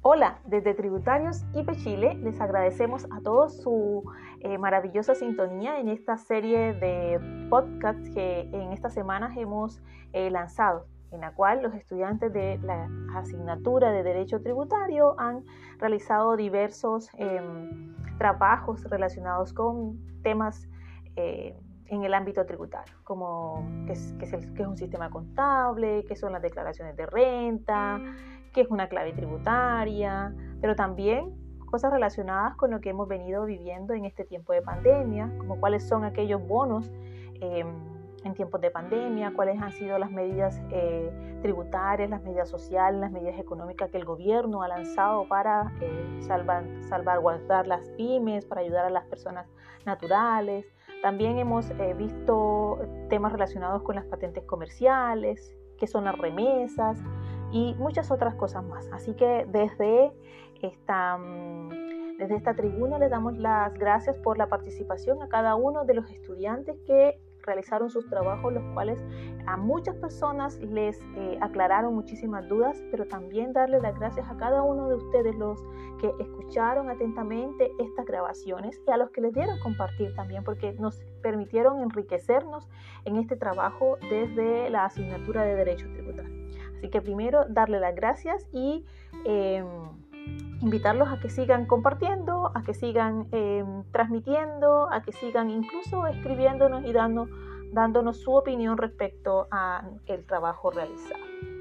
Hola, desde Tributarios IPE Chile les agradecemos a todos su maravillosa sintonía en esta serie de podcasts que en estas semanas hemos lanzado, en la cual los estudiantes de la asignatura de Derecho Tributario han realizado diversos trabajos relacionados con temas en el ámbito tributario, como qué es un sistema contable, qué son las declaraciones de renta, qué es una clave tributaria, pero también cosas relacionadas con lo que hemos venido viviendo en este tiempo de pandemia, como cuáles son aquellos bonos en tiempos de pandemia, cuáles han sido las medidas tributarias, las medidas sociales, las medidas económicas que el gobierno ha lanzado para salvaguardar las pymes, para ayudar a las personas naturales. También hemos visto temas relacionados con las patentes comerciales, qué son las remesas y muchas otras cosas más. Así que desde esta tribuna les damos las gracias por la participación a cada uno de los estudiantes que realizaron sus trabajos, los cuales a muchas personas les aclararon muchísimas dudas, pero también darle las gracias a cada uno de ustedes, los que escucharon atentamente estas grabaciones, y a los que les dieron compartir también, porque nos permitieron enriquecernos en este trabajo desde la asignatura de Derecho Tributario. Así que primero darle las gracias y invitarlos a que sigan compartiendo, a que sigan transmitiendo, a que sigan incluso escribiéndonos y dándonos su opinión respecto al trabajo realizado.